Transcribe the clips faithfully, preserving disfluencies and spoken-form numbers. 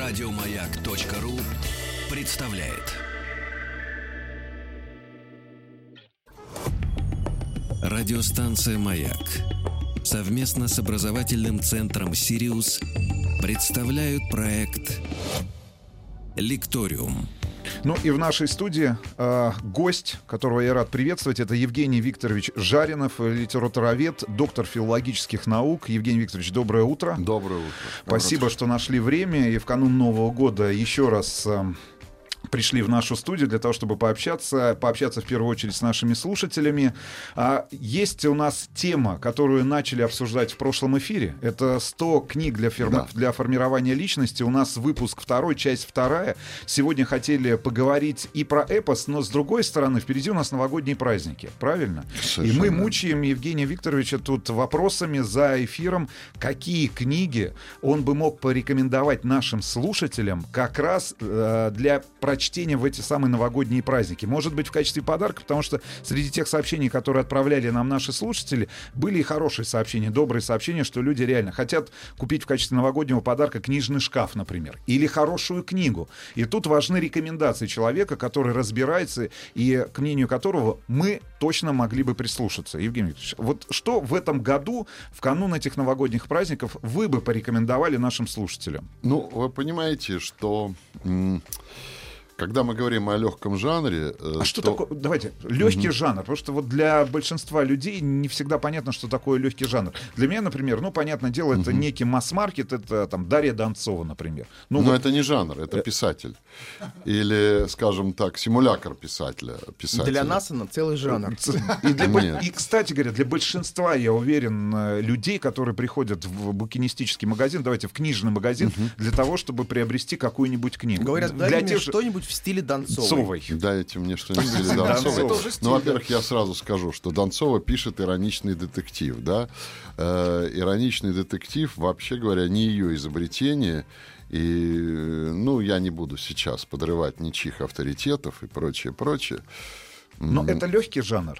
Радиомаяк.ру представляет. Радиостанция «Маяк» совместно с образовательным центром «Сириус» представляют проект «Лекториум». Ну и в нашей студии э, гость, которого я рад приветствовать, это Евгений Викторович Жаринов, литературовед, доктор филологических наук. Евгений Викторович, доброе утро. Доброе утро. Спасибо, доброе что нашли время и в канун Нового года еще раз э, пришли в нашу студию для того, чтобы пообщаться, пообщаться в первую очередь с нашими слушателями. А, есть у нас тема, которую начали обсуждать в прошлом эфире. Это сто книг для, ферма... да. для формирования личности. У нас выпуск второй, часть вторая. Сегодня хотели поговорить и про эпос, но с другой стороны, впереди у нас новогодние праздники. Правильно? Совершенно. И мы мучаем Евгения Викторовича тут вопросами за эфиром, какие книги он бы мог порекомендовать нашим слушателям как раз э, для прочтения чтение в эти самые новогодние праздники. Может быть, в качестве подарка, потому что среди тех сообщений, которые отправляли нам наши слушатели, были и хорошие сообщения, добрые сообщения, что люди реально хотят купить в качестве новогоднего подарка книжный шкаф, например, или хорошую книгу. И тут важны рекомендации человека, который разбирается и к мнению которого мы точно могли бы прислушаться. Евгений Викторович, вот что в этом году, в канун этих новогодних праздников, вы бы порекомендовали нашим слушателям? Ну, вы понимаете, что... М- Когда мы говорим о легком жанре... А то... что такое, давайте, легкий угу. жанр? Потому что вот для большинства людей не всегда понятно, что такое легкий жанр. Для меня, например, ну, понятное дело, это угу. некий масс-маркет, это там Дарья Донцова, например. Ну, Но вот... это не жанр, это писатель. Или, скажем так, симулятор писателя. писателя. Для нас она целый жанр. И, для... И, кстати говоря, для большинства, я уверен, людей, которые приходят в букинистический магазин, давайте в книжный магазин, угу. для того, чтобы приобрести какую-нибудь книгу. Говорят, дай мне что-нибудь в стиле Донцовой. Дайте мне что-нибудь в стиле Донцовой. Ну, во-первых, я сразу скажу, что Донцова пишет ироничный детектив, да. Э, ироничный детектив, вообще говоря, не ее изобретение. И, ну, я не буду сейчас подрывать ничьих авторитетов и прочее, прочее. Но М- это легкий жанр.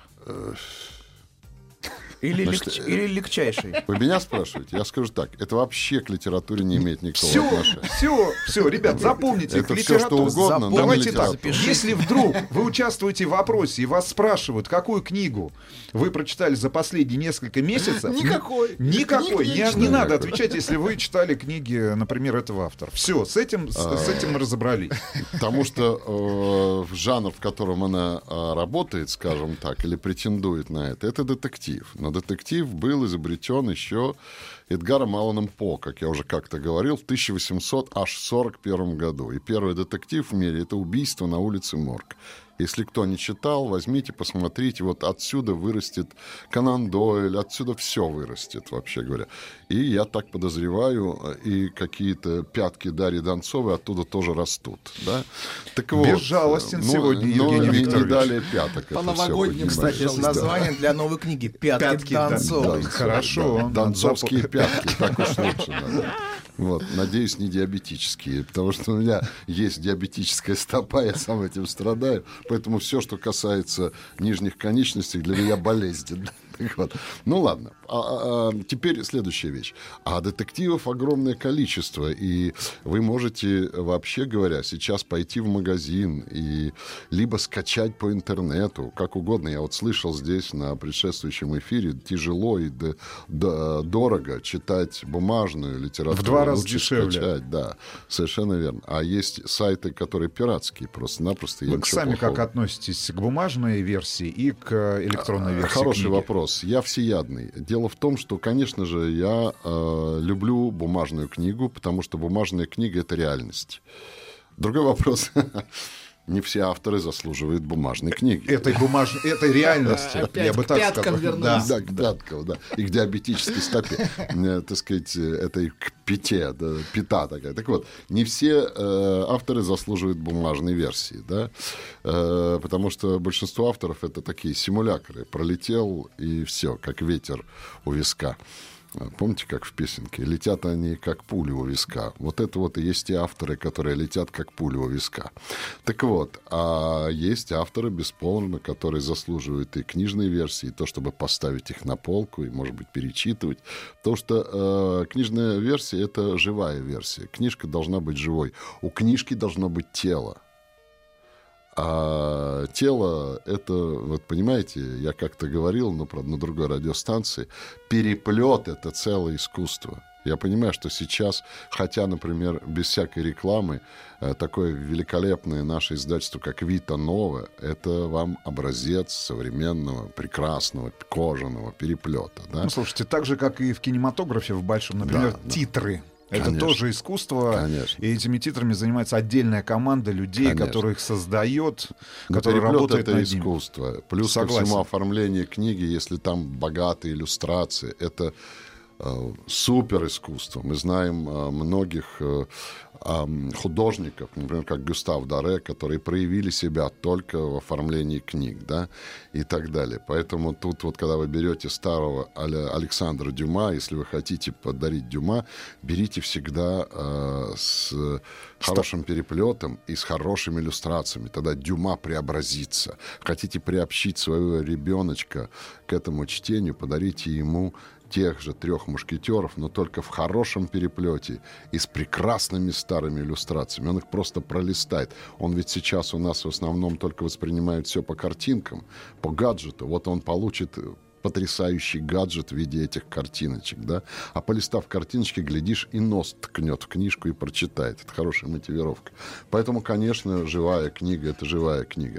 Или, Значит, лег... Или легчайший. Вы меня спрашиваете? Я скажу так. Это вообще к литературе не имеет никакого все, отношения. Все, все, ребят, запомните. Это все, что угодно, но давайте так. Если вдруг вы участвуете в вопросе и вас спрашивают, какую книгу вы прочитали за последние несколько месяцев... Никакой. Никакой. Не, не надо отвечать, если вы читали книги, например, этого автора. Все, с этим, с, с этим мы разобрались. Потому что э, жанр, в котором она э, работает, скажем так, или претендует на это, это детектив. Но детектив был изобретен еще Эдгаром Алланом По, как я уже как-то говорил, в тысяча восемьсот сорок первом году. И первый детектив в мире — это «Убийство на улице Морг». Если кто не читал, возьмите, посмотрите. Вот отсюда вырастет Конан Дойль, отсюда все вырастет, вообще говоря. И я так подозреваю, и какие-то пятки Дарьи Донцовой оттуда тоже растут. Да? Так вот, безжалостен ну, сегодня, ну, Евгений Викторович. Не далее пяток. По новогодним, кстати, название для новой книги. «Пятки, пятки Донцовой». Да, хорошо. Да, донцовские пятки, так уж лучше надо. Вот, надеюсь, не диабетические, потому что у меня есть диабетическая стопа, я сам этим страдаю, поэтому все, что касается нижних конечностей, для меня болезненно. Вот. Ну ладно. А, а, а, теперь следующая вещь. А детективов огромное количество, и вы можете, вообще говоря, сейчас пойти в магазин и либо скачать по интернету, как угодно. Я вот слышал здесь на предшествующем эфире, тяжело и д- д- дорого читать бумажную литературу. В два раза лучше дешевле. Скачать, да, совершенно верно. А есть сайты, которые пиратские, просто-напросто. Вы сами плохого. Как относитесь к бумажной версии и к электронной версии? Хороший книги? вопрос. Я всеядный. Дело в том, что, конечно же, я э, люблю бумажную книгу, потому что бумажная книга — это реальность. Другой вопрос. Не все авторы заслуживают бумажной книги. Этой бумажной, этой реальности. Опять я бы так сказал. Да, да, к пяткам, да. И к диабетической стопе. Так сказать, этой к пяте, да, пята такая. Так вот, не все э, авторы заслуживают бумажной версии, да, э, потому что большинство авторов — это такие симулякры. Пролетел, и все, как ветер у виска. Помните, как в песенке? Летят они, как пули у виска. Вот это вот и есть те авторы, которые летят, как пули у виска. Так вот, а есть авторы, бесспорно, которые заслуживают и книжной версии, и то, чтобы поставить их на полку, и, может быть, перечитывать. Потому что э, книжная версия — это живая версия. Книжка должна быть живой. У книжки должно быть тело. А тело — это, вот понимаете, я как-то говорил, но, правда, на другой радиостанции, переплет — это целое искусство. Я понимаю, что сейчас, хотя, например, без всякой рекламы, такое великолепное наше издательство, как «Вита Нова», это вам образец современного, прекрасного, кожаного переплета. Да? Ну, слушайте, так же, как и в кинематографе в большом, например, Да, да. титры. Это Конечно. тоже искусство. Конечно. И этими титрами занимается отдельная команда людей, Конечно. которые их создает, Но которые переплет — работают это над ними. искусство. Плюс Согласен. ко всему оформление книги, если там богатые иллюстрации, это э, супер искусство. Мы знаем э, многих э, э, художников, например, как Гюстав Доре, которые проявили себя только в оформлении книг, да, и так далее. Поэтому тут вот, когда вы берете старого Александра Дюма, если вы хотите подарить Дюма, берите всегда э, с хорошим переплетом и с хорошими иллюстрациями. Тогда Дюма преобразится. Хотите приобщить своего ребеночка к этому чтению, подарите ему тех же трех мушкетеров, но только в хорошем переплете и с прекрасными старыми иллюстрациями. Он их просто пролистает. Он ведь сейчас у нас в основном только воспринимает все по картинкам, по гаджету. Вот он получит потрясающий гаджет в виде этих картиночек, да? А полистав картиночки, глядишь, и нос ткнет в книжку и прочитает. Это хорошая мотивировка. Поэтому, конечно, живая книга — это живая книга.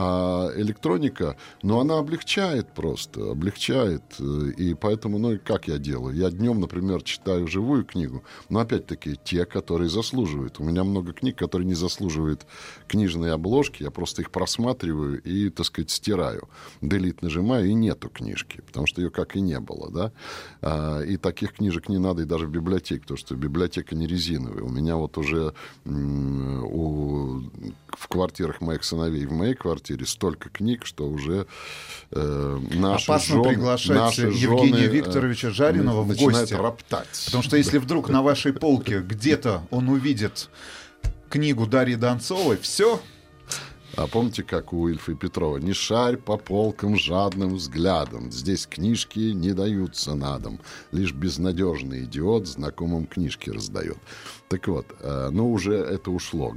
А электроника, ну, она облегчает просто, облегчает. И поэтому, ну, как я делаю? Я днем, например, читаю живую книгу, но, опять-таки, те, которые заслуживают. У меня много книг, которые не заслуживают книжной обложки. Я просто их просматриваю и, так сказать, стираю. Делит нажимаю, и нету книжки, потому что ее как и не было, да. А, и таких книжек не надо и даже в библиотеке, потому что библиотека не резиновая. У меня вот уже м- у, в квартирах моих сыновей, в моей квартире столько книг, что уже э, наши Опасно жены, приглашать наши Евгения жены, Викторовича э, Жаринова в начинают гости. роптать. Потому что если вдруг на вашей полке где-то он увидит книгу Дарьи Донцовой, все. А помните, как у Ильфа и Петрова? «Не шарь по полкам жадным взглядом. Здесь книжки не даются на дом. Лишь безнадежный идиот знакомым книжки раздает». Так вот, ну уже это ушло.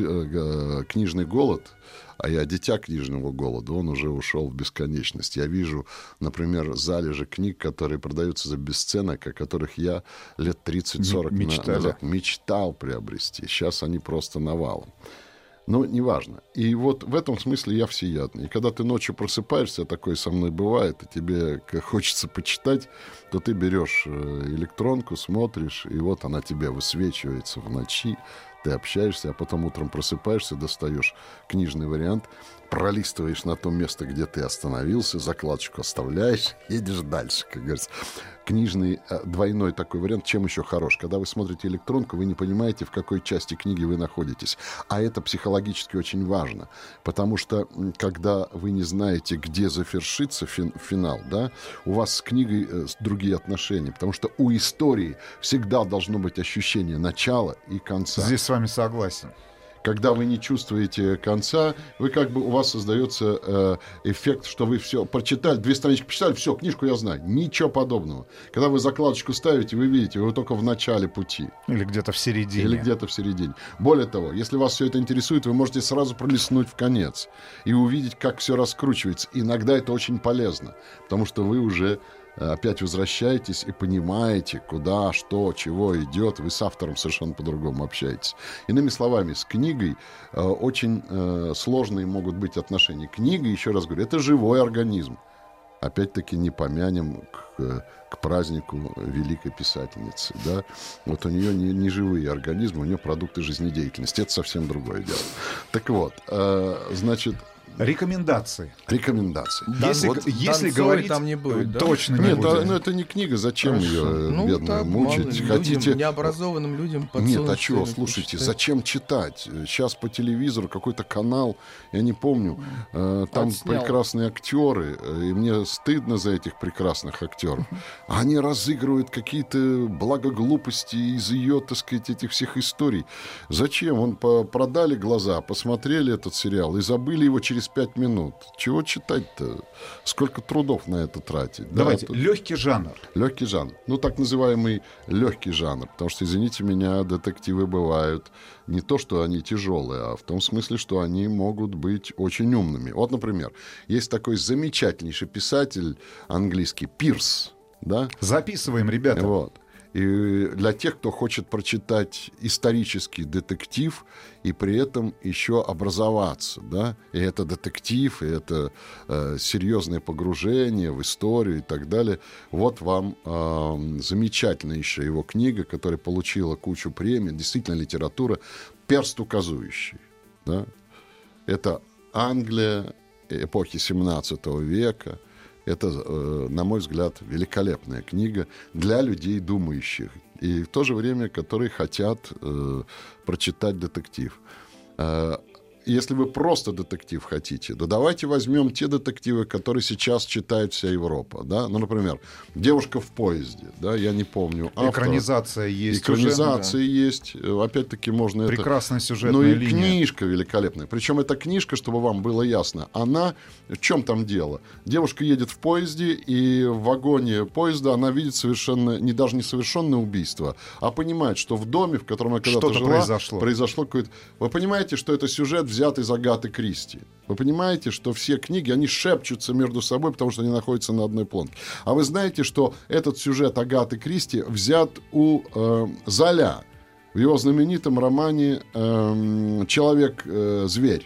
Книжный голод, а я дитя книжного голода, он уже ушел в бесконечность. Я вижу, например, залежи книг, которые продаются за бесценок, о которых я лет тридцать-сорок назад мечтал приобрести. Сейчас они просто навалом. Но неважно. И вот в этом смысле я всеядный. И когда ты ночью просыпаешься, такое со мной бывает, и тебе хочется почитать, то ты берешь электронку, смотришь, и вот она тебе высвечивается в ночи, ты общаешься, а потом утром просыпаешься, достаешь книжный вариант, пролистываешь на то место, где ты остановился, закладочку оставляешь, едешь дальше, как говорится. Книжный двойной такой вариант, чем еще хорош? Когда вы смотрите электронку, вы не понимаете, в какой части книги вы находитесь. А это психологически очень важно, потому что, когда вы не знаете, где завершится фин- финал, да, у вас с книгой э, другие отношения, потому что у истории всегда должно быть ощущение начала и конца. Здесь с вами согласен. Когда вы не чувствуете конца, вы как бы, у вас создается э, эффект, что вы все прочитали, две странички почитали, все, книжку я знаю. Ничего подобного. Когда вы закладочку ставите, вы видите, вы только в начале пути. Или где-то в середине. Или где-то в середине. Более того, если вас все это интересует, вы можете сразу пролистнуть в конец и увидеть, как все раскручивается. Иногда это очень полезно, потому что вы уже опять возвращаетесь и понимаете, куда, что, чего идет. Вы с автором совершенно по-другому общаетесь. Иными словами, с книгой э, очень э, сложные могут быть отношения. Книга, еще раз говорю, это живой организм. Опять-таки не помянем к, к празднику великой писательницы. Да? Вот у нее не, не живые организмы, у нее продукты жизнедеятельности. Это совсем другое дело. Так вот, э, значит... Рекомендации. Рекомендации. Если, Вот если Танцоры говорить, там не будет, да? точно не Нет, будет. а, ну это не книга, зачем Хорошо. ее Ну, бедную так, мало мучить? ли, Хотите... людям, необразованным людям Нет, а подсунуть чего, что-нибудь слушайте, почитать. зачем читать? Сейчас по телевизору какой-то канал, я не помню, э, там Отснял. прекрасные актеры, э, и мне стыдно за этих прекрасных актеров. Они разыгрывают какие-то благоглупости из ее, так сказать, этих всех историй. Зачем? Он по- продали глаза, посмотрели этот сериал и забыли его через пять минут. Чего читать-то? Сколько трудов на это тратить? Да, Давайте, тут- легкий жанр. Легкий жанр. Ну, так называемый легкий жанр. Потому что, извините меня, детективы бывают не то, что они тяжелые, а в том смысле, что они могут быть очень умными. Вот, например, есть такой замечательнейший писатель английский Пирс. Да? Записываем, ребята. Вот. И для тех, кто хочет прочитать исторический детектив и при этом еще образоваться, да, и это детектив, и это э, серьезное погружение в историю и так далее. Вот вам э, замечательная еще его книга, которая получила кучу премий, действительно литература, «Перст указующий». Да? Это Англия эпохи семнадцатого века. Это, на мой взгляд, великолепная книга для людей думающих и в то же время, которые хотят э, прочитать детектив. Э, если вы просто детектив хотите, то давайте возьмем те детективы, которые сейчас читает вся Европа. Да? Ну, например, «Девушка в поезде». Да? Я не помню автора. Экранизация есть Экранизация уже. есть. Опять-таки можно Прекрасная это... сюжетная Ну и линия. книжка великолепная. Причем эта книжка, чтобы вам было ясно, она... В чем там дело? Девушка едет в поезде, и в вагоне поезда она видит совершенно... Не даже не совершенное убийство, а понимает, что в доме, в котором она когда-то Что-то жила, произошло. произошло какое-то... Вы понимаете, что это сюжет, взят из Агаты Кристи. Вы понимаете, что все книги, они шепчутся между собой, потому что они находятся на одной планке. А вы знаете, что этот сюжет Агаты Кристи взят у э, Золя в его знаменитом романе э, «Человек-зверь».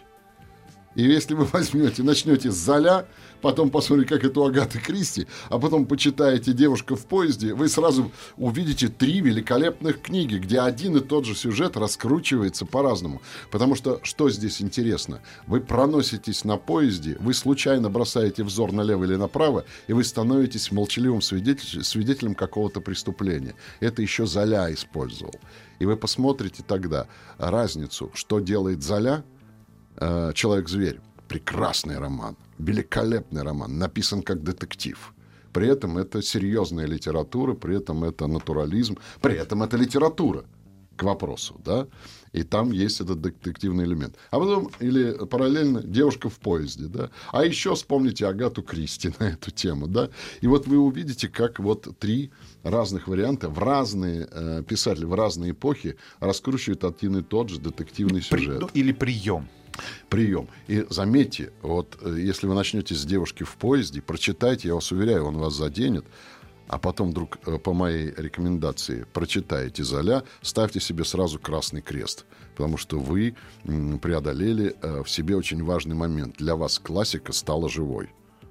И если вы возьмете, начнете с Золя, потом посмотрите, как это у Агаты Кристи, а потом почитаете «Девушка в поезде», вы сразу увидите три великолепных книги, где один и тот же сюжет раскручивается по-разному. Потому что, что здесь интересно? Вы проноситесь на поезде, вы случайно бросаете взор налево или направо, и вы становитесь молчаливым свидетель, свидетелем какого-то преступления. Это еще Золя использовал. И вы посмотрите тогда разницу, что делает Золя, «Человек-зверь». Прекрасный роман, великолепный роман, написан как детектив. При этом это серьезная литература, при этом это натурализм, при этом это литература к вопросу, да? И там есть этот детективный элемент. А потом, или параллельно, «Девушка в поезде», да? А еще вспомните Агату Кристи на эту тему, да? И вот вы увидите, как вот три разных варианта в разные э, писатели, в разные эпохи раскручивают один и тот же детективный сюжет. При- ну, или прием. Прием. И заметьте, вот если вы начнете с «Девушки в поезде», прочитайте, я вас уверяю, он вас заденет, а потом вдруг по моей рекомендации прочитаете Золя, ставьте себе сразу красный крест, потому что вы преодолели в себе очень важный момент. Для вас классика стала живой.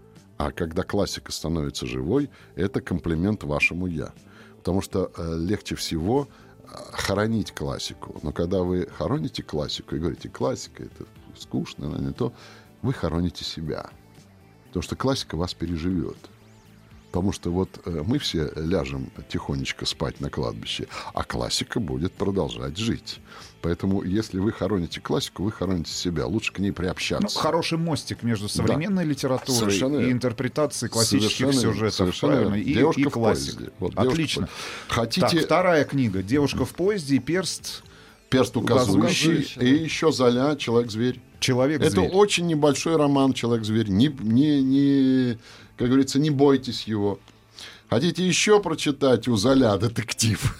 А когда классика становится живой, это комплимент вашему «я». Потому что легче всего хоронить классику. Но когда вы хороните классику и говорите, классика это скучно, но не то, вы хороните себя. Потому что классика вас переживет. Потому что вот мы все ляжем тихонечко спать на кладбище, а классика будет продолжать жить. Поэтому, если вы хороните классику, вы хороните себя. Лучше к ней приобщаться. Ну, хороший мостик между современной Да. литературой Совершенно и верно. интерпретацией классических Совершенно, сюжетов. совершенно Правильно? верно. И, «Девушка и в классик. поезде». Вот, «Девушка Отлично. в поезде». Хотите... Так, вторая книга «Девушка в поезде» и «Перст». «Перст указующий», указующий, и еще Золя «Человек-зверь». Человек-зверь. Это очень небольшой роман «Человек-зверь». Не, не, не, как говорится, не бойтесь его. Хотите еще прочитать у Золя детектив?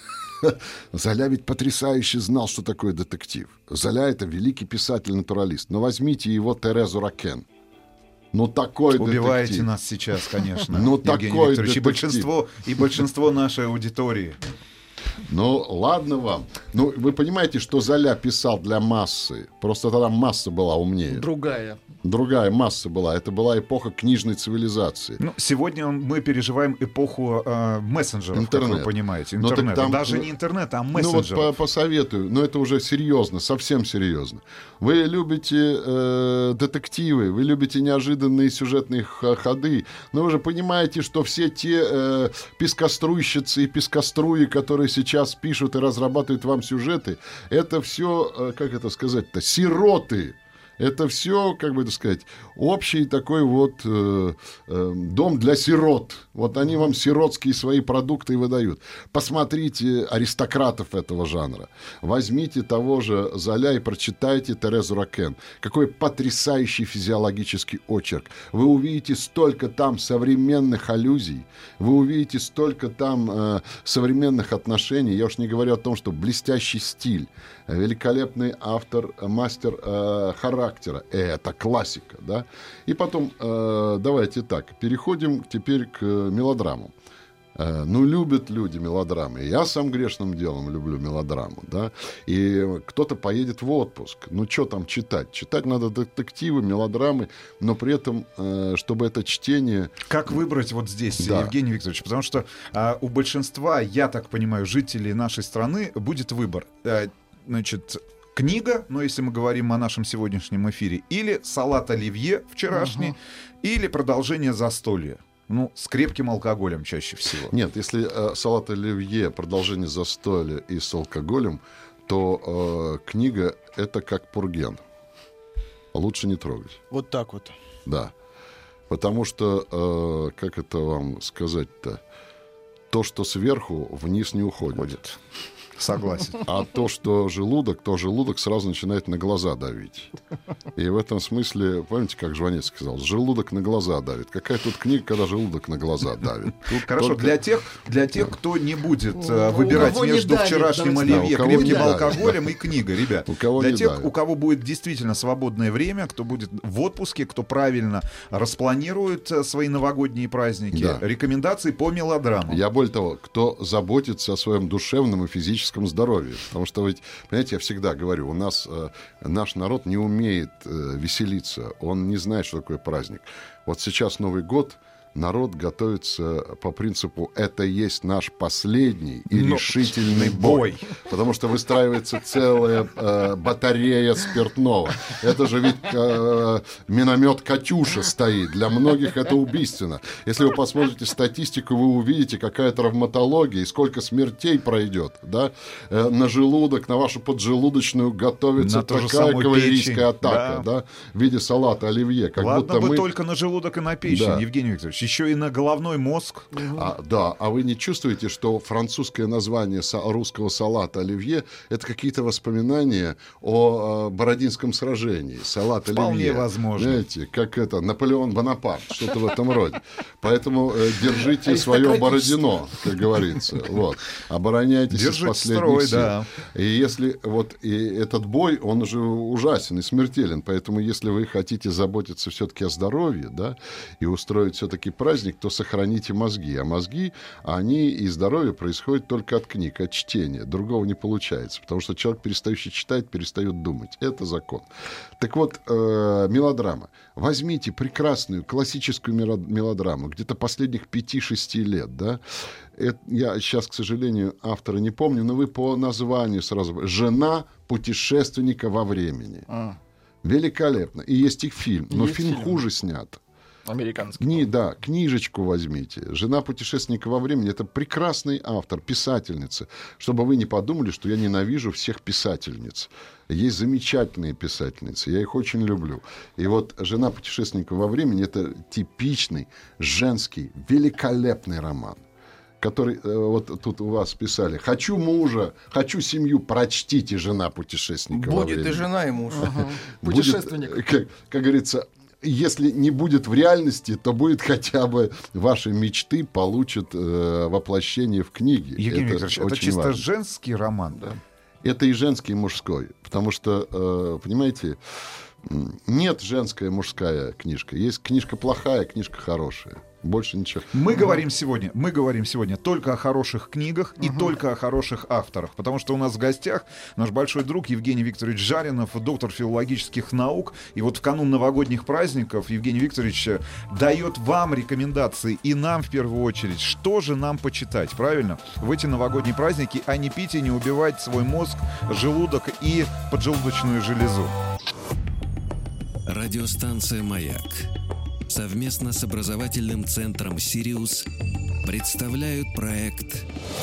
Золя ведь потрясающе знал, что такое детектив. Золя — это великий писатель-натуралист. Но возьмите его Терезу Ракен. Ну, такой Убиваете детектив. нас сейчас, конечно, Ну, Евгений такой Викторович, и детектив. большинство, и большинство нашей аудитории. Ну, ладно вам. Ну, вы понимаете, что Золя писал для массы. Просто тогда масса была умнее. Другая. Другая масса была. Это была эпоха книжной цивилизации. Ну, сегодня мы переживаем эпоху э, мессенджеров, Интернет. как вы понимаете. Но Интернет. так там- Даже не интернет, а Ну мессенджеров. вот по- посоветую, но это уже серьезно, совсем серьезно. Вы любите э, детективы, вы любите неожиданные сюжетные х- ходы, но вы же понимаете, что все те э, пескоструйщицы и пескоструи, которые сейчас пишут и разрабатывают вам сюжеты, это все, э, как это сказать-то, сироты. Это все, как бы это сказать, общий такой вот э, э, дом для сирот. Вот они вам сиротские свои продукты и выдают. Посмотрите аристократов этого жанра. Возьмите того же Золя и прочитайте Терезу Ракен. Какой потрясающий физиологический очерк. Вы увидите столько там современных аллюзий. Вы увидите столько там э, современных отношений. Я уж не говорю о том, что блестящий стиль, великолепный автор, мастер э, характера. Это классика, да? И потом, э, давайте так, переходим теперь к мелодрамам. Э, ну, любят люди мелодрамы. Я сам грешным делом люблю мелодраму, да? И кто-то поедет в отпуск. Ну, что там читать? Читать надо детективы, мелодрамы, но при этом, э, чтобы это чтение... Как выбрать вот здесь, Да. Евгений Викторович? Потому что а, у большинства, я так понимаю, жителей нашей страны будет выбор. А, значит, книга, ну, если мы говорим о нашем сегодняшнем эфире, или салат оливье вчерашний, uh-huh. или продолжение застолья. Ну, с крепким алкоголем чаще всего. Нет, если э, салат оливье, продолжение застолья и с алкоголем, то э, книга — это как пурген. Лучше не трогать. Вот так вот. Да. Потому что, э, как это вам сказать-то, то, что сверху, вниз не уходит. Ходит. Согласен. А то, что желудок, то желудок сразу начинает на глаза давить. И в этом смысле, помните, как Жванец сказал, желудок на глаза давит. Какая тут книга, когда желудок на глаза давит? Тут Хорошо, только... для тех, для тех, кто не будет э, выбирать между давит, вчерашним давайте. оливье, Да, у кого крепким не давит. алкоголем и книгой, ребят. У кого Для не тех, давит. у кого будет действительно свободное время, кто будет в отпуске, кто правильно распланирует э, свои новогодние праздники, Да. рекомендации по мелодрамам. Я более того, кто заботится о своем душевном и физическом здоровье. Потому что, ведь, понимаете, я всегда говорю, у нас э, наш народ не умеет э, веселиться. Он не знает, что такое праздник. Вот сейчас Новый год, народ готовится по принципу «это есть наш последний и Но... решительный бой». бой. Потому что выстраивается целая э, батарея спиртного. Это же ведь э, миномет «Катюша» стоит. Для многих это убийственно. Если вы посмотрите статистику, вы увидите, какая травматология и сколько смертей пройдет. Да? Э, на желудок, на вашу поджелудочную готовится На ту же такая самую кавалерийская печень. атака. Да. Да? В виде салата оливье. Как Ладно будто бы мы... только на желудок и на печень, Да. Евгений Викторович. Еще и на головной мозг. А, да, а вы не чувствуете, что французское название са- русского салата оливье — это какие-то воспоминания о, э, Бородинском сражении? Салат Вполне оливье. возможно. Знаете, как это, Наполеон Бонапарт, что-то в этом роде. Поэтому э, держите свое Бородино, как говорится. Вот. Обороняйтесь из Держите последних строй, сил. да. И если вот и этот бой, он уже ужасен и смертелен. Поэтому если вы хотите заботиться все-таки о здоровье, да, и устроить все-таки праздник, то сохраните мозги. А мозги, они и здоровье происходит только от книг, от чтения. Другого не получается. Потому что человек, перестающий читать, перестает думать. Это закон. Так вот, э, мелодрама. Возьмите прекрасную классическую мелодраму, где-то последних пяти-шести лет, да. Это, я сейчас, к сожалению, автора не помню, но вы по названию сразу... «Жена путешественника во времени». А. Великолепно. И есть и фильм. Но Есть фильм, фильм. хуже снят. Американский. Кни, да, книжечку возьмите. «Жена путешественника во времени» — это прекрасный автор, писательница. Чтобы вы не подумали, что я ненавижу всех писательниц. Есть замечательные писательницы, я их очень люблю. И вот «Жена путешественника во времени» — это типичный женский великолепный роман, который, э, вот тут у вас писали: «Хочу мужа, хочу семью». Прочтите «Жена путешественника во времени». Будет и жена, и муж. Будет, Путешественник. как, как говорится, если не будет в реальности, то будет хотя бы ваши мечты получат э, воплощение в книге. Евгений Викторович, это очень чисто важно. женский роман, да? Это и женский, и мужской. Потому что, э, понимаете, м, нет женская и мужская книжка. Есть книжка плохая, книжка хорошая. Больше ничего. Мы угу. говорим сегодня, мы говорим сегодня только о хороших книгах угу. и только о хороших авторах, потому что у нас в гостях наш большой друг Евгений Викторович Жаринов, доктор филологических наук. И вот в канун новогодних праздников Евгений Викторович дает вам рекомендации и нам в первую очередь, что же нам почитать, правильно? В эти новогодние праздники, а не пить и не убивать свой мозг, желудок и поджелудочную железу. Радиостанция «Маяк» совместно с образовательным центром «Сириус» представляют проект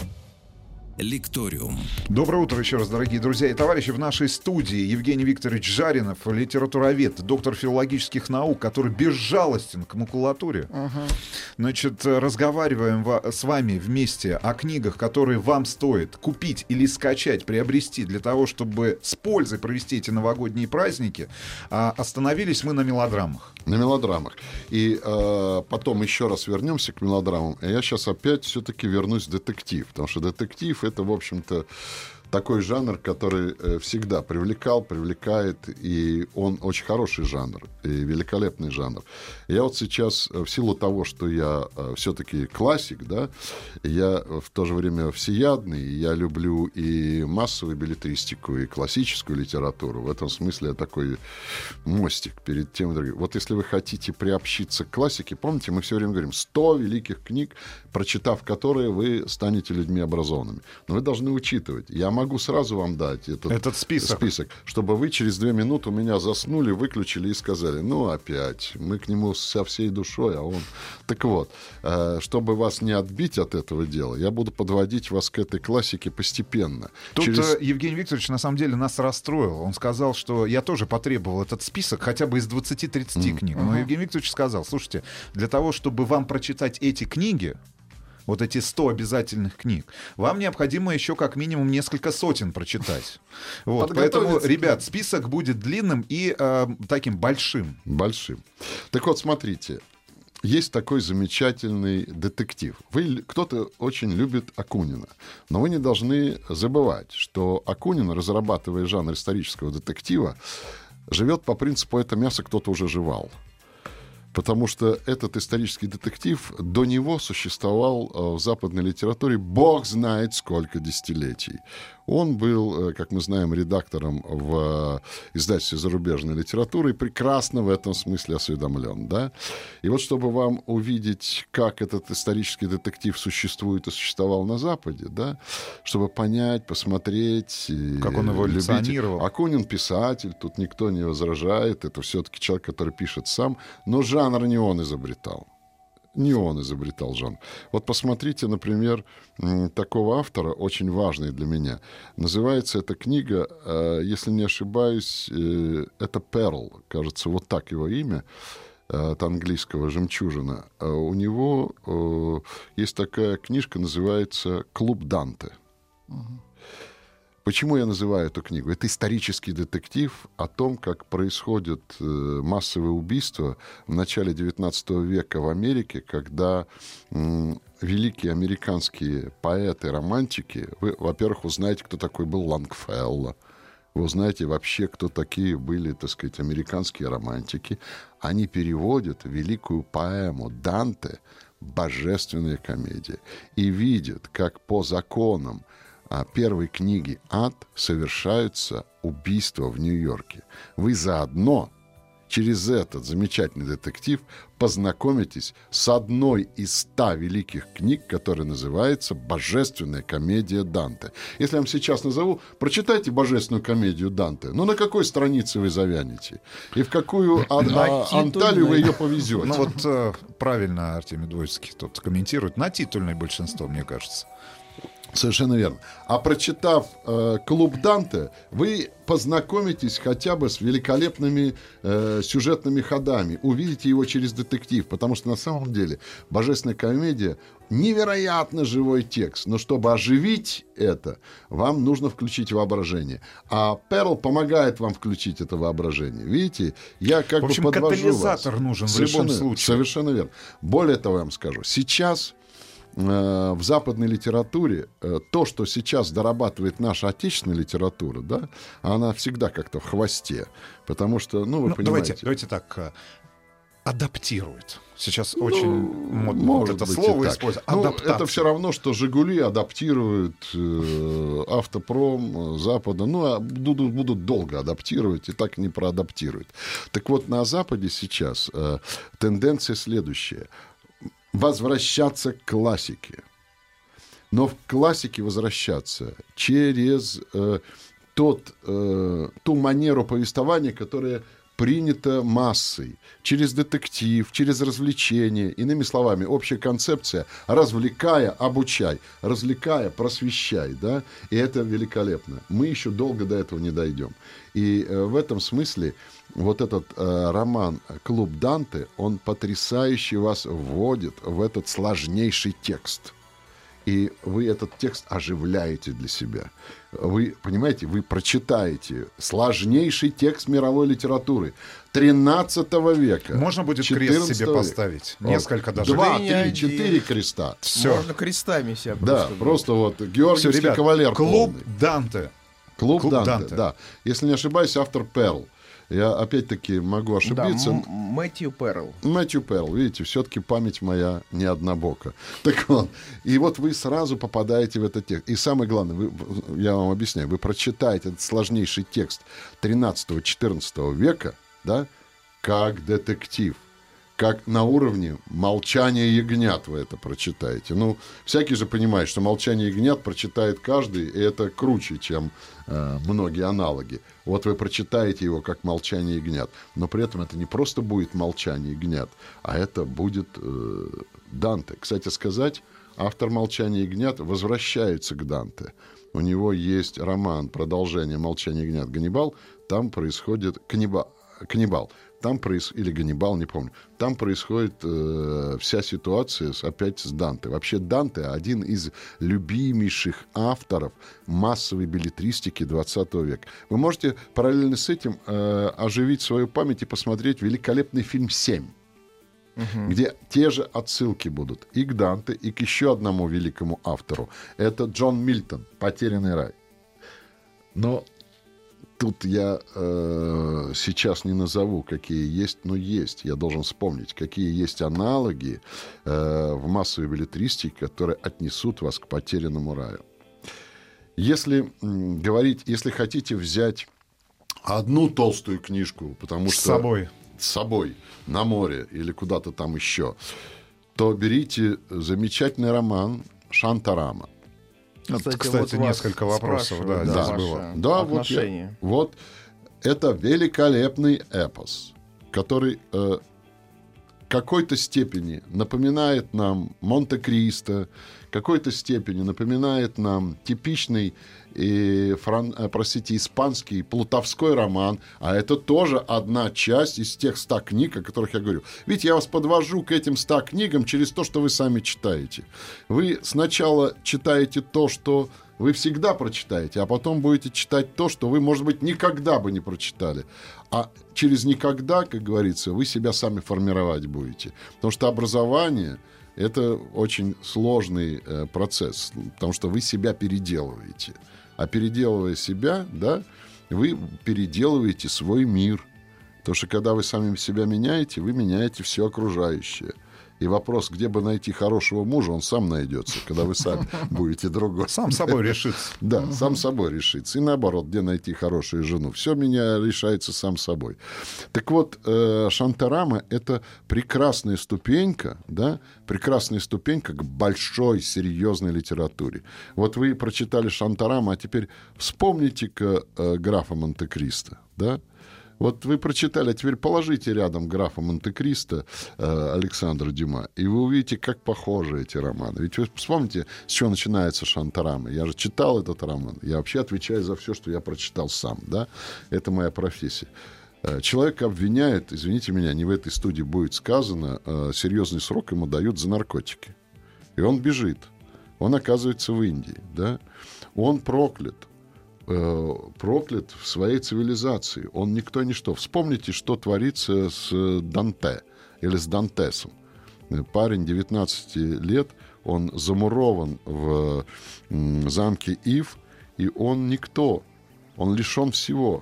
«Лекториум». Доброе утро еще раз, дорогие друзья и товарищи. В нашей студии Евгений Викторович Жаринов, литературовед, доктор филологических наук, который безжалостен к макулатуре. Uh-huh. Значит, разговариваем с вами вместе о книгах, которые вам стоит купить или скачать, приобрести для того, чтобы с пользой провести эти новогодние праздники. А остановились мы на мелодрамах. На мелодрамах. И э, потом еще раз вернемся к мелодрамам. И я сейчас опять все-таки вернусь в детектив, потому что детектив — это, в общем-то, такой жанр, который всегда привлекал, привлекает, и он очень хороший жанр, и великолепный жанр. Я вот сейчас, в силу того, что я все-таки классик, да, я в то же время всеядный, я люблю и массовую беллетристику, и классическую литературу. В этом смысле я такой мостик перед тем и другим. Вот если вы хотите приобщиться к классике, помните, мы все время говорим, сто великих книг, прочитав которые, вы станете людьми образованными. Но вы должны учитывать. Я могу сразу вам дать этот, этот список. список, чтобы вы через две минуты у меня заснули, выключили и сказали, ну, опять, мы к нему со всей душой, а он... Так вот, чтобы вас не отбить от этого дела, я буду подводить вас к этой классике постепенно. Тут через... Евгений Викторович, на самом деле, нас расстроил. Он сказал, что я тоже потребовал этот список хотя бы из двадцати-тридцати mm. книг. Но uh-huh. Евгений Викторович сказал, слушайте, для того, чтобы вам прочитать эти книги, вот эти сто обязательных книг, вам необходимо еще как минимум несколько сотен прочитать. Вот, поэтому, ребят, список будет длинным и э, таким большим. Большим. Так вот, смотрите. Есть такой замечательный детектив. Вы, кто-то очень любит Акунина. Но вы не должны забывать, что Акунин, разрабатывая жанр исторического детектива, живет по принципу «это мясо кто-то уже жевал». Потому что этот исторический детектив до него существовал в западной литературе бог знает сколько десятилетий. Он был, как мы знаем, редактором в издательстве зарубежной литературы и прекрасно в этом смысле осведомлен. Да? И вот чтобы вам увидеть, как этот исторический детектив существует и существовал на Западе, да? Чтобы понять, посмотреть... Как он эволюционировал. Любить. Акунин писатель, тут никто не возражает. Это все-таки человек, который пишет сам. Но жанр не он изобретал. Не он изобретал жанр. Вот посмотрите, например, такого автора, очень важный для меня. Называется эта книга, если не ошибаюсь, это «Перл», кажется, вот так его имя, от английского «Жемчужина». У него есть такая книжка, называется «Клуб Данте». Почему я называю эту книгу? Это исторический детектив о том, как происходят массовые убийства в начале девятнадцатого века в Америке, когда м, великие американские поэты, романтики, вы, во-первых, узнаете, кто такой был Лонгфелло, вы узнаете вообще, кто такие были, так сказать, американские романтики. Они переводят великую поэму Данте «Божественная комедия» и видят, как по законам первой книги «Ад» совершаются убийства в Нью-Йорке. Вы заодно через этот замечательный детектив познакомитесь с одной из ста великих книг, которая называется «Божественная комедия Данте». Если я вам сейчас назову, прочитайте «Божественную комедию Данте». Ну, на какой странице вы завянете? И в какую а- а- Анталию вы ее повезете? Ну, вот э, правильно Артемий Двоицкий тут комментирует. На титульное большинство, мне кажется. Совершенно верно. А прочитав э, «Клуб Данте», вы познакомитесь хотя бы с великолепными э, сюжетными ходами, увидите его через детектив, потому что на самом деле «Божественная комедия» невероятно живой текст, но чтобы оживить это, вам нужно включить воображение. А Перл помогает вам включить это воображение. Видите, я как в общем, бы подвожу катализатор вас. нужен Совершенно, в любом случае. Совершенно верно. Более того, я вам скажу, сейчас... в западной литературе то, что сейчас дорабатывает наша отечественная литература, да, она всегда как-то в хвосте. Потому что, ну, вы ну, понимаете... Давайте, давайте так. адаптирует. Сейчас ну, очень модно может это быть слово использовать. Ну, это все равно, что «Жигули» адаптируют э, автопром Запада. Ну, а будут, будут долго адаптировать, и так не проадаптируют. Так вот, на Западе сейчас э, тенденция следующая. Возвращаться к классике. Но в классике возвращаться через э, тот, э, ту манеру повествования, которая принято массой, через детектив, через развлечение. Иными словами, общая концепция «развлекая, обучай», «развлекая, просвещай». Да? И это великолепно. Мы еще долго до этого не дойдем. И э, в этом смысле вот этот э, роман «Клуб Данте», он потрясающе вас вводит в этот сложнейший текст. И вы этот текст оживляете для себя. Вы, понимаете, вы прочитаете сложнейший текст мировой литературы тринадцатого века. Можно будет крест себе поставить. Несколько даже. Два, три, четыре креста. Все. Можно крестами себя просто. Да, просто вот Георгиевский Все, ребят, кавалер Клуб полный. Данте. Клуб, Клуб Данте, Данте, да. Если не ошибаюсь, автор Перл. Я опять-таки могу ошибиться. Да, Мэтью Перл. Мэтью Перл, видите, все-таки память моя не однобока. Так вот, и вот вы сразу попадаете в этот текст. И самое главное, вы, я вам объясняю, вы прочитаете этот сложнейший текст тринадцатого-четырнадцатого века, да, как детектив. Как на уровне «Молчание ягнят» вы это прочитаете. Ну, всякий же понимает, что «Молчание ягнят» прочитает каждый, и это круче, чем э, многие аналоги. Вот вы прочитаете его как «Молчание ягнят», но при этом это не просто будет «Молчание ягнят», а это будет э, Данте. Кстати сказать, автор «Молчания ягнят» возвращается к Данте. У него есть роман, продолжение «Молчание ягнят» Ганнибал, там происходит каннибал. каннибал. Там проис... Или Ганнибал, не помню. Там происходит э, вся ситуация с, опять с Данте. Вообще Данте один из любимейших авторов массовой беллетристики двадцатого века. Вы можете параллельно с этим э, оживить свою память и посмотреть великолепный фильм «Семь», угу. где те же отсылки будут и к Данте, и к еще одному великому автору. Это Джон Мильтон «Потерянный рай». Но тут я э, сейчас не назову, какие есть, но есть. Я должен вспомнить, какие есть аналоги э, в массовой беллетристике, которые отнесут вас к потерянному раю. Если м, говорить, если хотите взять одну толстую книжку, потому с что... С собой. С собой, на море или куда-то там еще, то берите замечательный роман «Шантарама». Кстати, Кстати вот несколько вопросов, да, да, здесь было. Да, вот, я, вот это великолепный эпос, который э, в какой-то степени напоминает нам Монте-Кристо, в какой-то степени напоминает нам типичный и, фран, простите, испанский плутовской роман, а это тоже одна часть из тех ста книг, о которых я говорю. Видите, я вас подвожу к этим ста книгам через то, что вы сами читаете. Вы сначала читаете то, что вы всегда прочитаете, а потом будете читать то, что вы, может быть, никогда бы не прочитали. А через никогда, как говорится, вы себя сами формировать будете. Потому что образование — это очень сложный э, процесс, потому что вы себя переделываете. А переделывая себя, да, вы переделываете свой мир. Потому что когда вы сами себя меняете, вы меняете все окружающее. И вопрос, где бы найти хорошего мужа, он сам найдется, когда вы сами будете другой. Сам собой решится. Да, сам собой решится. И наоборот, где найти хорошую жену. Все меня решается сам собой. Так вот, Шантарама — это прекрасная ступенька, да, прекрасная ступенька к большой, серьезной литературе. Вот вы прочитали Шантарама, а теперь вспомните-ка графа Монте-Кристо, да? Вот вы прочитали, а теперь положите рядом графа Монте-Кристо э, Александра Дюма, и вы увидите, как похожи эти романы. Ведь вы вспомните, с чего начинается Шантарама. Я же читал этот роман. Я вообще отвечаю за все, что я прочитал сам. Да? Это моя профессия. Человека обвиняют, извините меня, не в этой студии будет сказано, э, серьезный срок ему дают за наркотики. И он бежит. Он оказывается в Индии. Да? Он проклят. проклят в своей цивилизации. Он никто, ничто. Вспомните, что творится с Данте или с Дантесом. Парень девятнадцати лет, он замурован в замке Ив, и он никто. Он лишен всего.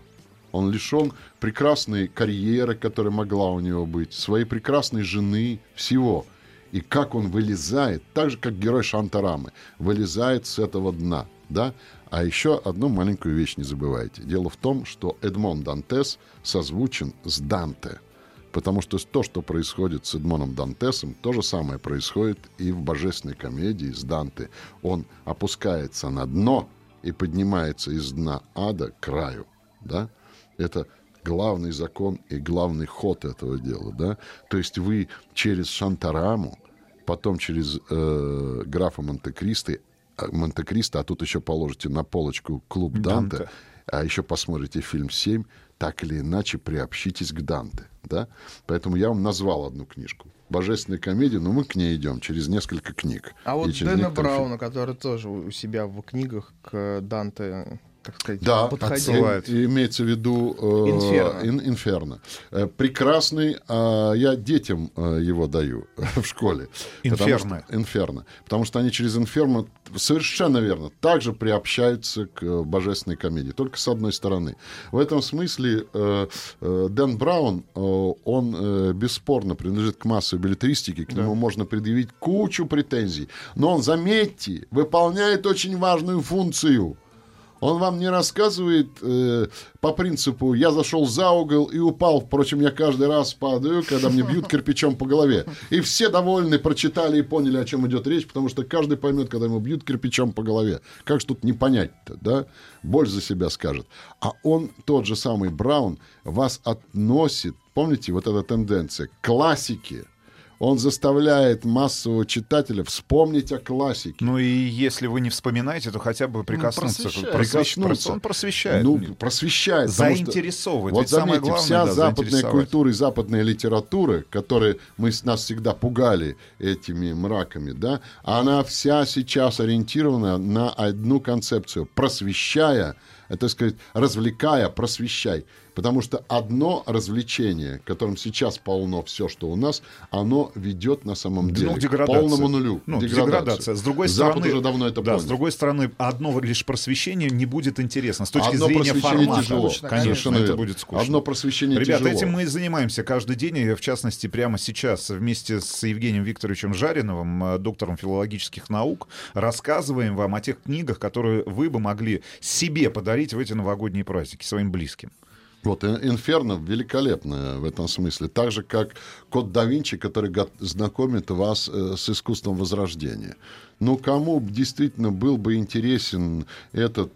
Он лишен прекрасной карьеры, которая могла у него быть, своей прекрасной жены, всего. И как он вылезает, так же, как герой Шантарамы, вылезает с этого дна. Да? А еще одну маленькую вещь не забывайте. Дело в том, что Эдмон Дантес созвучен с Данте. Потому что то, что происходит с Эдмоном Дантесом, то же самое происходит и в божественной комедии с Данте. Он опускается на дно и поднимается из дна ада к краю. Да? Это главный закон и главный ход этого дела. Да? То есть вы через Шантараму, потом через э, графа Монте-Кристо, Монте-Кристо, а тут еще положите на полочку клуб Данте, Данте, а еще посмотрите фильм «Семь», так или иначе приобщитесь к Данте. Да? Поэтому я вам назвал одну книжку. Божественная комедия, но мы к ней идем через несколько книг. А вот Дэна Брауна, который тоже у себя в книгах к Данте, так сказать, да, подходил. И, имеется в виду э, Инферно. Ин, Инферно. Э, прекрасный, э, я детям э, его даю в школе. Инферно. Потому что, Инферно. Потому что они через Инферно совершенно верно также приобщаются к э, божественной комедии, только с одной стороны. В этом смысле э, э, Дэн Браун, э, он э, бесспорно принадлежит к массовой беллетристике, к да. нему можно предъявить кучу претензий. Но он, заметьте, выполняет очень важную функцию. Он вам не рассказывает э, по принципу «я зашел за угол и упал, впрочем, я каждый раз падаю, когда мне бьют кирпичом по голове». И все довольны, прочитали и поняли, о чем идет речь, потому что каждый поймет, когда ему бьют кирпичом по голове. Как же тут не понять-то, да? Боль за себя скажет. А он, тот же самый Браун, вас относит, помните, вот эта тенденция, к классике. Он заставляет массового читателя вспомнить о классике. Ну и если вы не вспоминаете, то хотя бы прикоснуться. Просвещает. Прикоснуться. Он просвещает. Ну, просвещает. Заинтересовывает. Вот Ведь самое заметьте, главное, вся да, западная культура и западная литература, которые мы, нас всегда пугали этими мраками, да, она вся сейчас ориентирована на одну концепцию. Просвещая, это, так сказать, развлекая, просвещай. Потому что одно развлечение, которым сейчас полно все, что у нас, оно ведет на самом деле ну, к полному нулю. Ну, деградация. С другой Запад стороны, уже давно это да, понял. С другой стороны, одно лишь просвещение не будет интересно. С точки одно зрения формата. Тяжело. Конечно, это будет скучно. Одно просвещение Ребята, тяжело. этим мы и занимаемся каждый день, и в частности прямо сейчас вместе с Евгением Викторовичем Жариновым, доктором филологических наук, рассказываем вам о тех книгах, которые вы бы могли себе подарить в эти новогодние праздники своим близким. Вот, «Инферно» великолепно в этом смысле. Так же, как «Код да Винчи», который знакомит вас э, с искусством Возрождения. Ну, кому действительно был бы интересен этот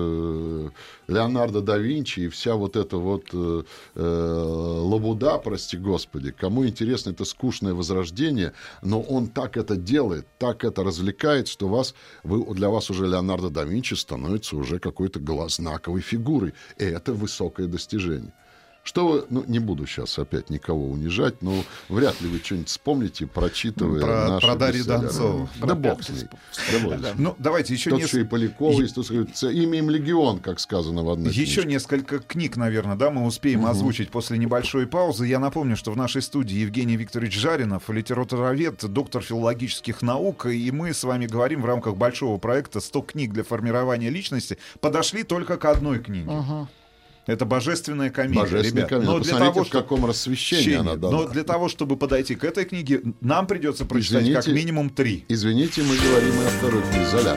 э, Леонардо да Винчи и вся вот эта вот э, э, лабуда, прости господи, кому интересно это скучное Возрождение, но он так это делает, так это развлекает, что вас, вы, для вас уже Леонардо да Винчи становится уже какой-то знаковой фигурой. И это высокое достижение. Что вы, ну, не буду сейчас опять никого унижать, но вряд ли вы что-нибудь вспомните, прочитывая про, наши про Дарью Донцову. Да бог с ней. Да, да. Ну, давайте еще Тот несколько... и Полякова, есть, тот, имя им легион, как сказано в одной Еще книжке. несколько книг, наверное, да, мы успеем угу. озвучить после небольшой паузы. Я напомню, что в нашей студии Евгений Викторович Жаринов, литературовед, доктор филологических наук, и мы с вами говорим в рамках большого проекта «сто книг для формирования личности». Подошли только к одной книге. Угу. Это божественная комедия, Божественная ребят. комедия. Но Посмотрите, для того, в каком рассвещении она дана. Но для того, чтобы подойти к этой книге, нам придется прочитать извините, как минимум три. Извините, мы говорим и о второй книге. Золя.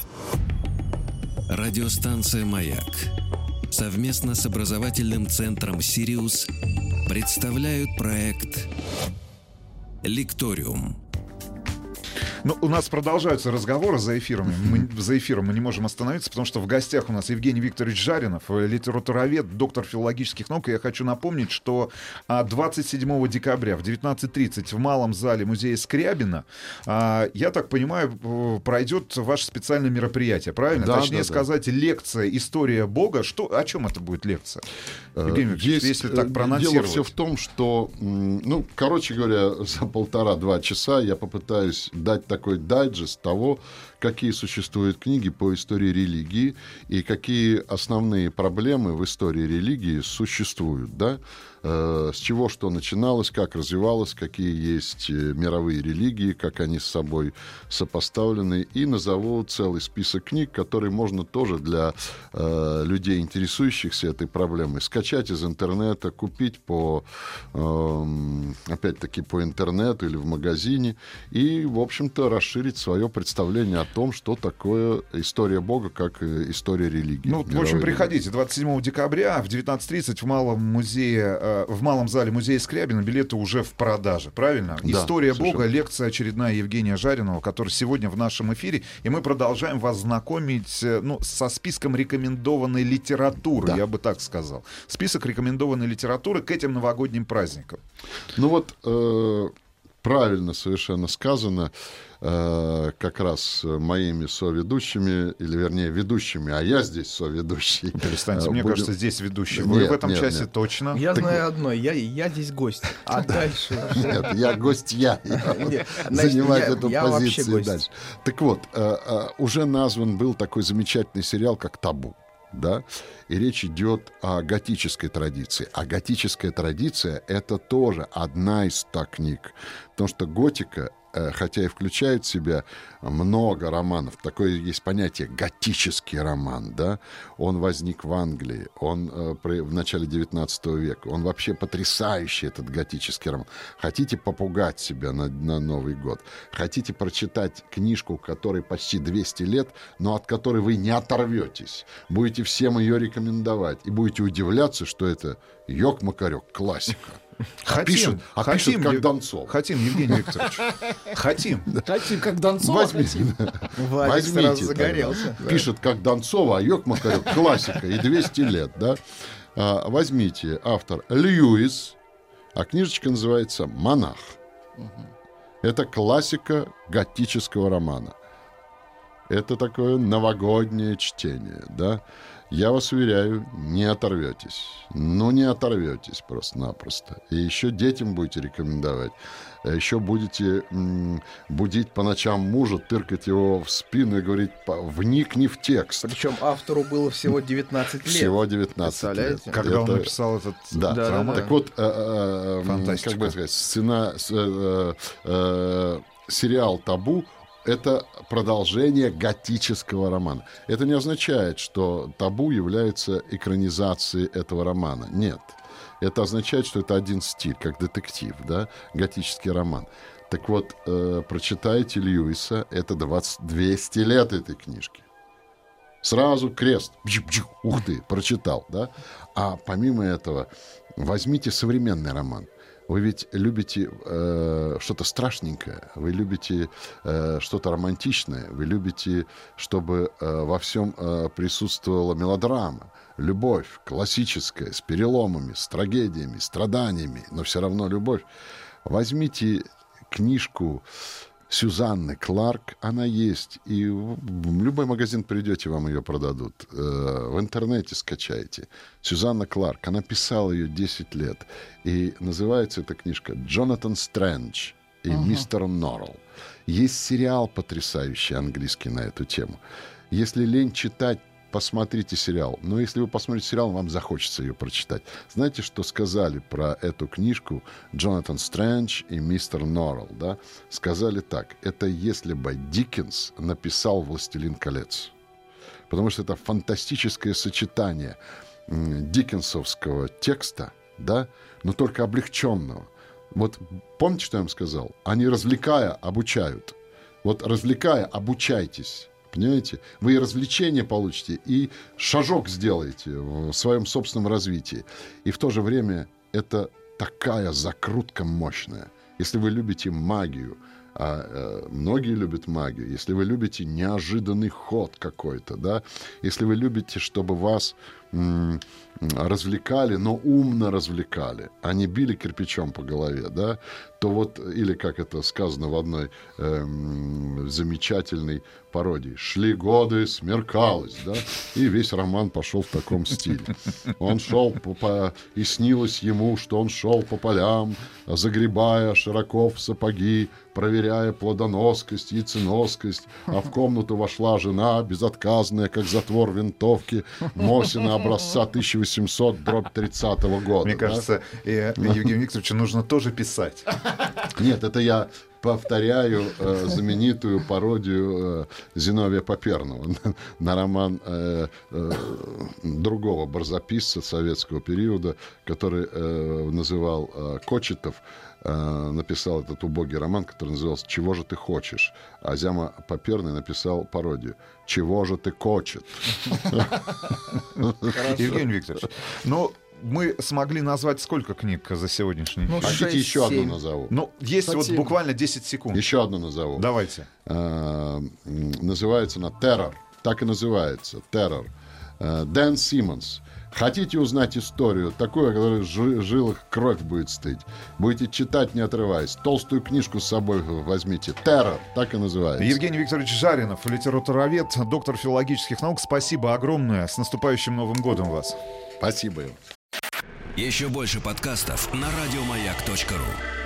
Радиостанция «Маяк» совместно с образовательным центром «Сириус» представляют проект «Лекториум». Ну, у нас продолжаются разговоры за эфиром. Мы, за эфиром мы не можем остановиться, потому что в гостях у нас Евгений Викторович Жаринов, литературовед, доктор филологических наук. И я хочу напомнить, что двадцать седьмого декабря в девятнадцать тридцать в Малом зале музея Скрябина, я так понимаю, пройдет ваше специальное мероприятие, правильно? Да, Точнее да, сказать, да. лекция «История Бога». Что, о чем это будет лекция? Евгений Викторович, Есть, если так проанонсировать. Дело все в том, что, ну, короче говоря, за полтора-два часа я попытаюсь дать такой дайджест того, какие существуют книги по истории религии и какие основные проблемы в истории религии существуют, да? С чего что начиналось, как развивалось, какие есть мировые религии, как они с собой сопоставлены. И назову целый список книг, которые можно тоже для э, людей, интересующихся этой проблемой, скачать из интернета, купить по, э, опять-таки, по интернету или в магазине и, в общем-то, расширить свое представление о том, что такое история Бога, как история религии. Ну, в общем, приходите двадцать седьмого декабря в девятнадцать тридцать в Малом музее, в Малом зале музея Скрябина билеты уже в продаже, правильно? Да, «История Бога», лекция очередная Евгения Жаринова, которая сегодня в нашем эфире, и мы продолжаем вас знакомить, ну, со списком рекомендованной литературы, да. Я бы так сказал. Список рекомендованной литературы к этим новогодним праздникам. Ну вот, э, правильно совершенно сказано, э, как раз моими соведущими, или вернее ведущими, а я здесь соведущий. Перестаньте, мне Будем... кажется, здесь ведущий. Вы нет, в этом нет, часе нет. Точно. Я так знаю вот. одно, я, я здесь гость, а дальше... Нет, я гость, я. Занимать эту позицию дальше. Так вот, уже назван был такой замечательный сериал, как «Табу». Да? И речь идет о готической традиции. А готическая традиция — это тоже одна из ста книг. Потому что готика, хотя и включает в себя много романов, такое есть понятие готический роман, да? Он возник в Англии, он э, при, в начале девятнадцатого века, он вообще потрясающий, этот готический роман. Хотите попугать себя на, на Новый год, хотите прочитать книжку, которой почти двести лет, но от которой вы не оторветесь, будете всем ее рекомендовать и будете удивляться, что это ёк-макарёк, классика. Хотим, а пишут, а хотим, пишут как Ев... Донцов. Хотим, Евгений Викторович. Хотим. Хотим, как Донцова. Возьмите. Возьмите. Загорелся. Да. Пишет как Донцова, а ёк-макарёк, классика, и двести лет. Да? А, возьмите, автор Льюис, а книжечка называется «Монах». Угу. Это классика готического романа. Это такое новогоднее чтение, да? Я вас уверяю, не оторветесь. Ну, не оторветесь просто-напросто. И еще детям будете рекомендовать. Еще будете м- будить по ночам мужа, тыркать его в спину и говорить: вникни в текст. Причем автору было всего девятнадцать лет. Всего девятнадцать лет. Когда это... он написал этот да. Да, роман. Да, так вот, э, э, как бы сказать, сцена, э, э, сериал «Табу» — это продолжение готического романа. Это не означает, что «Табу» является экранизацией этого романа. Нет. Это означает, что это один стиль, как детектив, да, готический роман. Так вот, э, прочитайте Льюиса, это двадцать, двести лет этой книжки. Сразу крест. Ух ты, прочитал, да? А помимо этого, возьмите современный роман. Вы ведь любите э, что-то страшненькое, вы любите э, что-то романтичное, вы любите, чтобы э, во всем э, присутствовала мелодрама, любовь классическая, с переломами, с трагедиями, страданиями, но все равно любовь. Возьмите книжку Сюзанны Кларк, она есть, и в любой магазин придете, вам ее продадут. В интернете скачайте. Сюзанна Кларк, она писала ее десять лет, и называется эта книжка «Джонатан Стрэндж и uh-huh. мистер Норрелл». Есть сериал потрясающий английский на эту тему. Если лень читать, посмотрите сериал. Но если вы посмотрите сериал, вам захочется ее прочитать. Знаете, что сказали про эту книжку Джонатан Стрэндж и мистер Норрелл? Да? Сказали так. Это если бы Диккенс написал «Властелин колец». Потому что это фантастическое сочетание диккенсовского текста, да, но только облегченного. Вот помните, что я вам сказал? Они, развлекая, обучают. Вот развлекая, обучайтесь. Понимаете? Вы и развлечение получите, и шажок сделаете в своем собственном развитии. И в то же время это такая закрутка мощная. Если вы любите магию, а э, многие любят магию, если вы любите неожиданный ход какой-то, да, если вы любите, чтобы вас м- развлекали, но умно развлекали, а не били кирпичом по голове, да, то вот, или как это сказано в одной эм, замечательной пародии, шли годы, смеркалось, да, и весь роман пошел в таком стиле. Он шел по, по, и снилось ему, что он шел по полям, загребая широко в сапоги, проверяя плодоноскость, яйценоскость, а в комнату вошла жена, безотказная, как затвор винтовки, Мосина образца тысяча восемьсот тридцатого года. Мне да? кажется, э, Евгению Викторовичу нужно тоже писать. Нет, это я повторяю э, знаменитую пародию э, Зиновия Поперного на, на роман э, э, другого барзаписца советского периода, который э, называл э, Кочетов, э, написал этот убогий роман, который назывался «Чего же ты хочешь?», а Зяма Поперный написал пародию «Чего же ты кочет?». Евгений Викторович, ну, мы смогли назвать сколько книг за сегодняшний Ну, эфир? Хотите шесть, еще одну семь. назову? Ну, есть вот Хотим. буквально десять секунд. Еще одну назову. Давайте. Э, м, называется она «Террор». Так и называется. «Террор». Э, Дэн Симмонс. Хотите узнать историю, такую, о которой в жи- жилах кровь будет стыть? Будете читать, не отрываясь. Толстую книжку с собой возьмите. «Террор». Так и называется. Евгений Викторович Жаринов, литературовед, доктор филологических наук. Спасибо огромное. С наступающим Новым годом вас. Спасибо. Еще больше подкастов на радиомаяк точка ру.